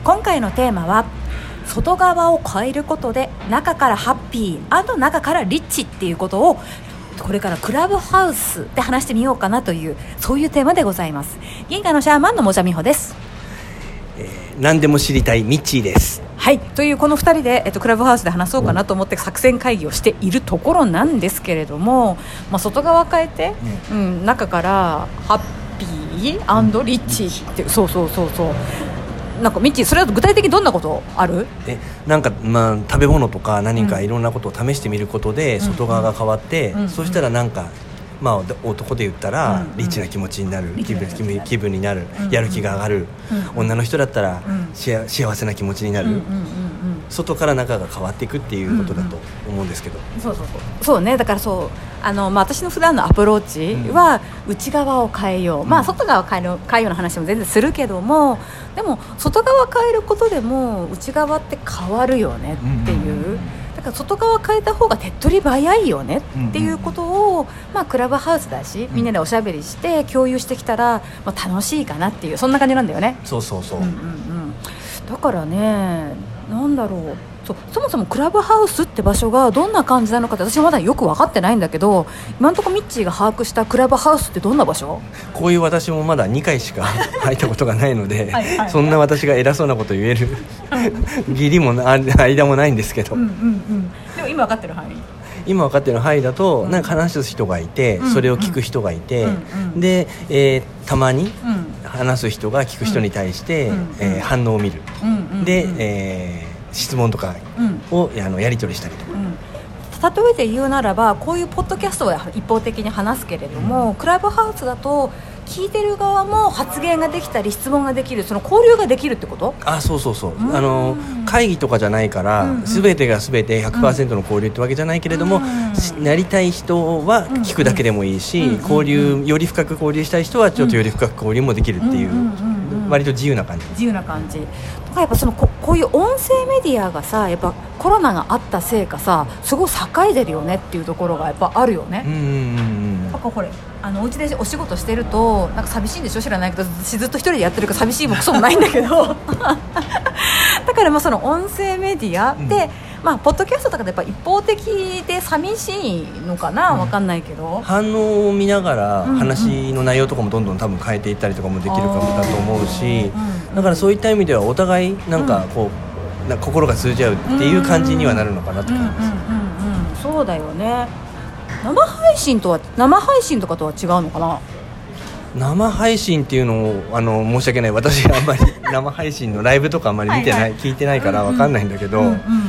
今回のテーマは外側を変えることで中からハッピー&中からリッチっていうことをこれからクラブハウスで話してみようかなというそういうテーマでございます。銀河のシャーマンのもじゃみほです。 何でも知りたいミッチーです。 はい、というこの2人で、クラブハウスで話そうかなと思って作戦会議をしているところなんですけれども、外側変えて、中からハッピー&リッチっていう、そうなんかミッチー、それは具体的にどんなことある？ なんか、食べ物とか何かいろんなことを試してみることで外側が変わって、そしたらなんか男で言ったらリッチな気持ちになる、気分になる、やる気が上がる、女の人だったら幸せな気持ちになる、外から中が変わっていくっていうことだと思うんですけど、 そうね。だから私の普段のアプローチは内側を変えよう、外側を変えようの話も全然するけども、でも外側変えることでも内側って変わるよねっていう、だから外側変えた方が手っ取り早いよねっていうことを、クラブハウスだしみんなでおしゃべりして共有してきたら、楽しいかなっていう、そんな感じなんだよね。 そう、 だからね、なんだろう、そもそもクラブハウスって場所がどんな感じなのかって私はまだよく分かってないんだけど、今のところミッチーが把握したクラブハウスってどんな場所？ こういう私もまだ2回しか入ったことがないのでそんな私が偉そうなこと言える義理も間もないんですけど、でも今分かってる範囲、 今分かってる範囲だと、なんか話す人がいて、それを聞く人がいて、で、たまに話す人が聞く人に対して、反応を見る、で、質問とかを、やり取りしたりとか、 例えて言うならば、こういうポッドキャストは一方的に話すけれども、クラブハウスだと聞いてる側も発言ができたり質問ができる、その交流ができるってこと？ そう、会議とかじゃないから、全てが全て 100% の交流ってわけじゃないけれども、なりたい人は聞くだけでもいいし、より深く交流したい人はちょっとより深く交流もできるっていう、割と自由な感じ。とかやっぱこういう音声メディアがさ、やっぱコロナがあったせいかさ、すごい栄えてるよねっていうところがやっぱあるよね。なんかこれお家でお仕事してるとなんか寂しいんでしょ、知らないけど、私ずっと一人でやってるから寂しいもクソもないんだけどだからその音声メディアで、ポッドキャストとかでやっぱ一方的で寂しいのかな、分かんないけど、反応を見ながら話の内容とかもどんどん多分変えていったりとかもできるかもだと思うし、だからそういった意味ではお互いなんかこう、なんか心が通じ合うっていう感じにはなるのかなって感じです。 そうだよね。生配信とかとは違うのかな。 生配信っていうのを申し訳ない、私あんまり生配信のライブとかあんまり見てない聞いてないから分かんないんだけど、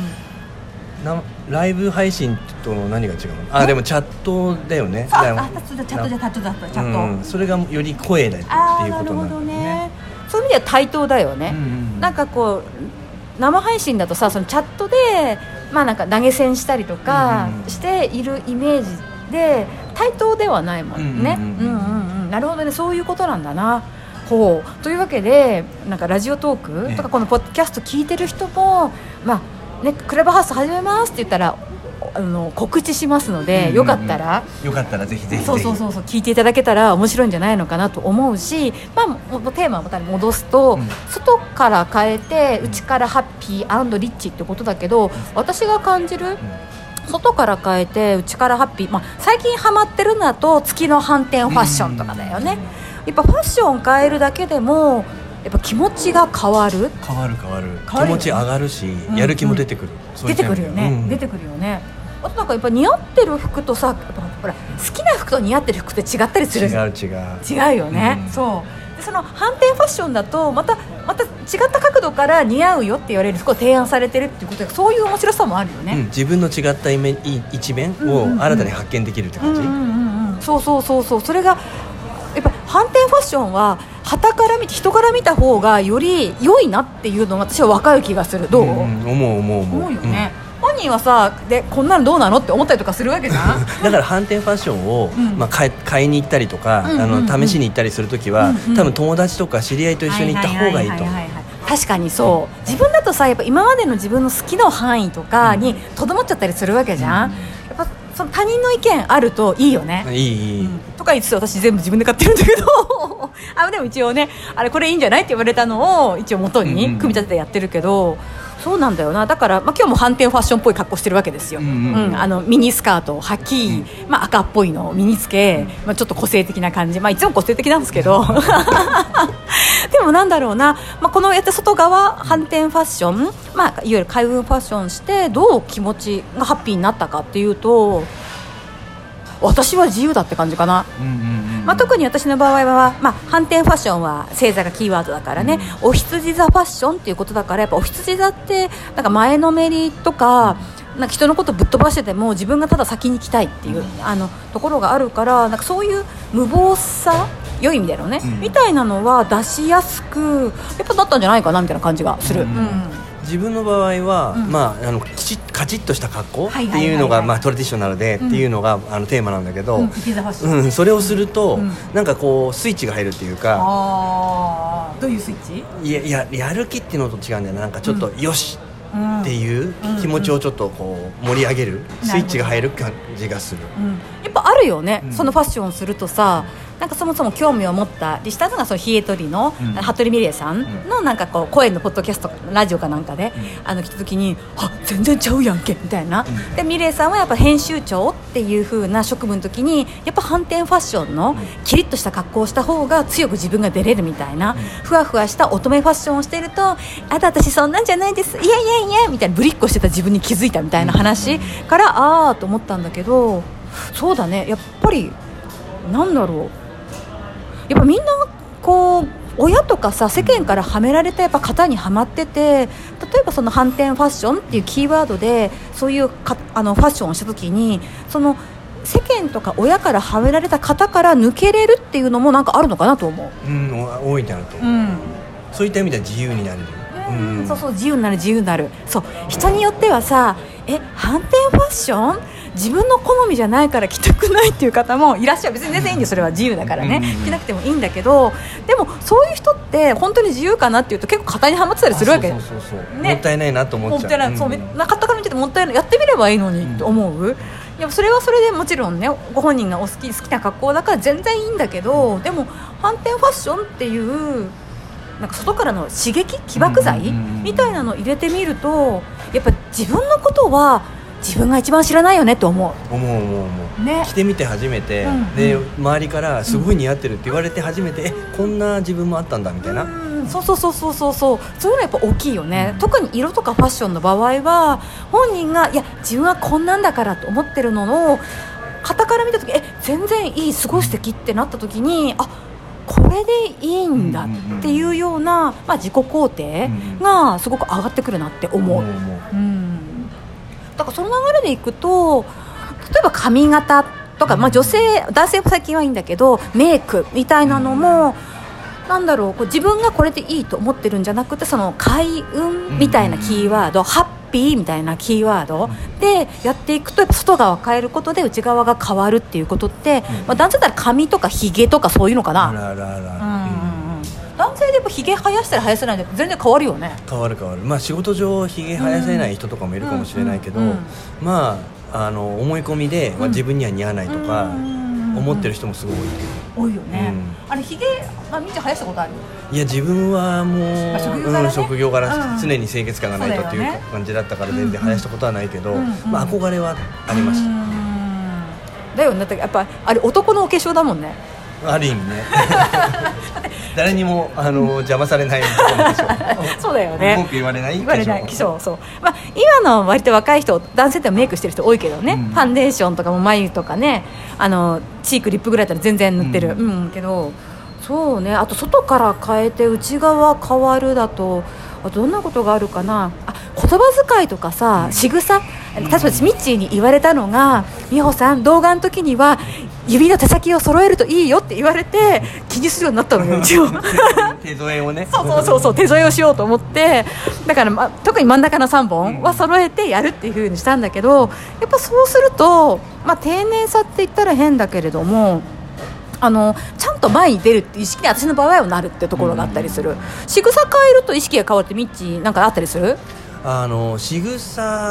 ライブ配信との何が違うの？でもチャットだよね。チャット、それがより声だっていうことなんだよね。 そういう意味では対等だよね。なんかこう生配信だとさ、そのチャットでなんか投げ銭したりとかしているイメージで対等ではないもんね。なるほどね、そういうことなんだな。というわけで、なんかラジオトークとかこのポッドキャスト聞いてる人も、クラブハウス始めますって言ったら告知しますので、よかったらぜひぜひ聞いていただけたら面白いんじゃないのかなと思うし、テーマをまた戻すと、外から変えて内からハッピー&リッチってことだけど、私が感じる外から変えて内からハッピー、最近ハマってるのだと月の反転ファッションとかだよね。やっぱファッション変えるだけでもやっぱ気持ちが変わる、気持ち上がるし、やる気も出てくる、 出てくるよね。あとなんかやっぱ似合ってる服とさ、ほら好きな服と似合ってる服って違ったりする。違うよね。そうで、その反転ファッションだとまた違った角度から似合うよって言われる服を提案されてるっていうことで、そういう面白さもあるよね。自分の違った一面を新たに発見できるって感じ。 そう、それがやっぱ反転ファッションは人から見た方がより良いなっていうのが私は分かる気がする。どう？思うよね。本人はさ、こんなのどうなのって思ったりとかするわけじゃんだから反転ファッションを、買いに行ったりとか、試しに行ったりするときは、多分友達とか知り合いと一緒に行った方がいいと思う。 確かにそう。自分だとさ、やっぱ今までの自分の好きな範囲とかにとどまっちゃったりするわけじゃん。やっぱその他人の意見あるといいよね。 いい、 とか言って私全部自分で買ってるんだけどでも一応ねこれいいんじゃないって言われたのを一応元に組み立ててやってるけど、そうなんだよな。だから、今日も反転ファッションっぽい格好してるわけですよ、ミニスカートを履き、赤っぽいのを身につけ、ちょっと個性的な感じ、いつも個性的なんですけどでもなんだろうな、このやって外側反転ファッション、いわゆる開運ファッションしてどう気持ちがハッピーになったかっていうと、私は自由だって感じかな。特に私の場合は、反転ファッションは星座がキーワードだからね、お羊座ファッションっていうことだから、やっぱお羊座ってなんか前のめりとか、なんか人のことぶっ飛ばしてても自分がただ先に行きたいっていう、ところがあるから、なんかそういう無謀さ、良い意味だよね、みたいなのは出しやすくやっぱなったんじゃないかなみたいな感じがする。 自分の場合は、カチッとした格好っていうのが、トラディショナルでっていうのが、テーマなんだけど、それをすると、なんかこうスイッチが入るっていうか。 どういうスイッチ？ やる気っていうのと違うんだよね。なんかちょっと、よしっていう気持ちをちょっとこう盛り上げるスイッチが入る感じがする。 やっぱあるよね、そのファッションをするとさ、なんかそもそも興味を持ったりしたのがそのヒエトリの服部美玲さんのなんかこう声のポッドキャストラジオかなんかで来た時に、全然ちゃうやんけみたいな。で美玲さんはやっぱ編集長っていう風な職務の時にやっぱ反転ファッションのキリッとした格好をした方が強く自分が出れるみたいな、ふわふわした乙女ファッションをしていると、私そんなんじゃないです、いやみたいなぶりっこしてた自分に気づいたみたいな話からと思ったんだけど、そうだね、やっぱりなんだろう、やっぱみんなこう親とかさ、世間からはめられたやっぱ型にはまってて、例えばその反転ファッションっていうキーワードでそういうファッションをした時に、その世間とか親からはめられた型から抜けれるっていうのもなんかあるのかなと思う。 大いになると思う、そういった意味では自由になれる。 そう自由になる。そう、人によってはさ、反転ファッション自分の好みじゃないから着たくないっていう方もいらっしゃる。別に全然いいんで、それは自由だからね、着なくてもいいんだけど、でもそういう人って本当に自由かなっていうと結構型にはまってたりするわけ。 もったいないなと思っちゃう。もったいない、 なかったから見ててもったいない、やってみればいいのにって思う。いやそれはそれでもちろんね、ご本人が好きな格好だから全然いいんだけど、でも反転ファッションっていうなんか外からの刺激、起爆剤みたいなのを入れてみると、やっぱ自分のことは自分が一番知らないよねって思う、ね、 着てみて初めて、で周りからすごい似合ってるって言われて初めて、こんな自分もあったんだみたいな。 そういうのはやっぱ大きいよね、特に色とかファッションの場合は本人が自分はこんなんだからと思ってるのを傍から見た時全然いい、すごい素敵ってなった時に、これでいいんだっていうような、自己肯定がすごく上がってくるなって思う。だからその流れでいくと、例えば髪型とか、男性は最近はいいんだけど、メイクみたいなのも、なんだろう、こう自分がこれでいいと思ってるんじゃなくて、その開運みたいなキーワード、ハッピーみたいなキーワードでやっていくと、やっぱ外側を変えることで内側が変わるっていうことって、男性だったら髪とかひげとかそういうのかな。男性でやっぱひげ生やしたり生やせないで全然変わるよね。変わる。 仕事上ひげ生やせない人とかもいるかもしれないけど、思い込みで、自分には似合わないとか思ってる人もすごい多いよね。あれひげみちゃん生やしたことある？ いや自分はもう、職業柄常に清潔感がないとっていう感じだったから全然生やしたことはないけど、憧れはありました。 だよね。だってやっぱあれ男のお化粧だもんね。 ある意味ね誰にも邪魔されないところでしょそうだよね。 文句言われない化粧。そう、今の割と若い人、男性でもメイクしてる人多いけどね、ファンデーションとかも眉とかね、チークリップぐらいだったら全然塗ってる、けどそうね。あと外から変えて内側変わるだと、どんなことがあるかな。言葉遣いとかさ、仕草、例えばミッチーに言われたのが、美穂さん動画の時には指の手先を揃えるといいよって言われて気にするようになったのよ一応手添えをね。 そう手添えをしようと思って、だから、特に真ん中の3本は揃えてやるっていう風にしたんだけど、やっぱそうすると、丁寧さって言ったら変だけれども、ちゃんと前に出るって意識に私の場合はなるってところがあったりする。仕草変えると意識が変わって、ミッチーなんかあったりする？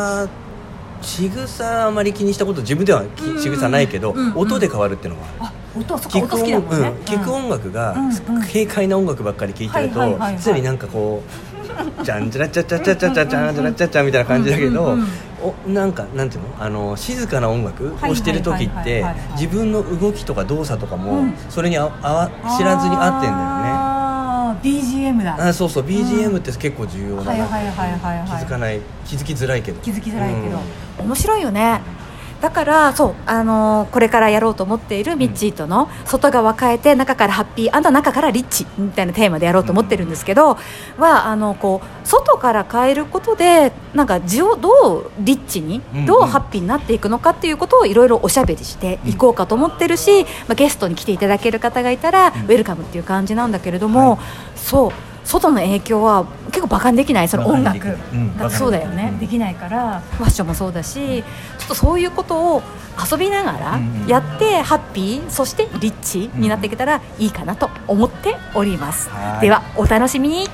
仕草あまり気にしたこと自分では仕草ないけど、音で変わるっていうのがある。 音好きだもんね。 聴く音楽が軽快な音楽ばっかり聴いてると常になんかこうじゃんじゃらちゃちゃちゃちゃちゃちゃじゃらちゃちゃみたいな感じだけど、なんかなんていうの、静かな音楽をしてる時って自分の動きとか動作とかもそれに知らずに合ってんだよね。 BGM だ。 そうそう、 BGM って結構重要だな。気づきづらいけど面白いよね。だからそう、これからやろうと思っているミッチーとの外側変えて中からハッピー&中からリッチみたいなテーマでやろうと思ってるんですけど、こう外から変えることでなんかどうリッチにどうハッピーになっていくのかっていうことをいろいろおしゃべりしていこうかと思ってるし、ゲストに来ていただける方がいたらウェルカムっていう感じなんだけれども、そう外の影響は結構バカにできない。その音楽がそうだよね、できないから。ファッションもそうだし、ちょっとそういうことを遊びながらやってハッピー、そしてリッチになっていけたらいいかなと思っております。ではお楽しみに。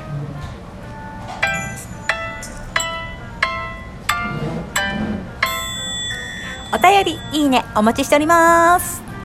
お便りいいねお待ちしております。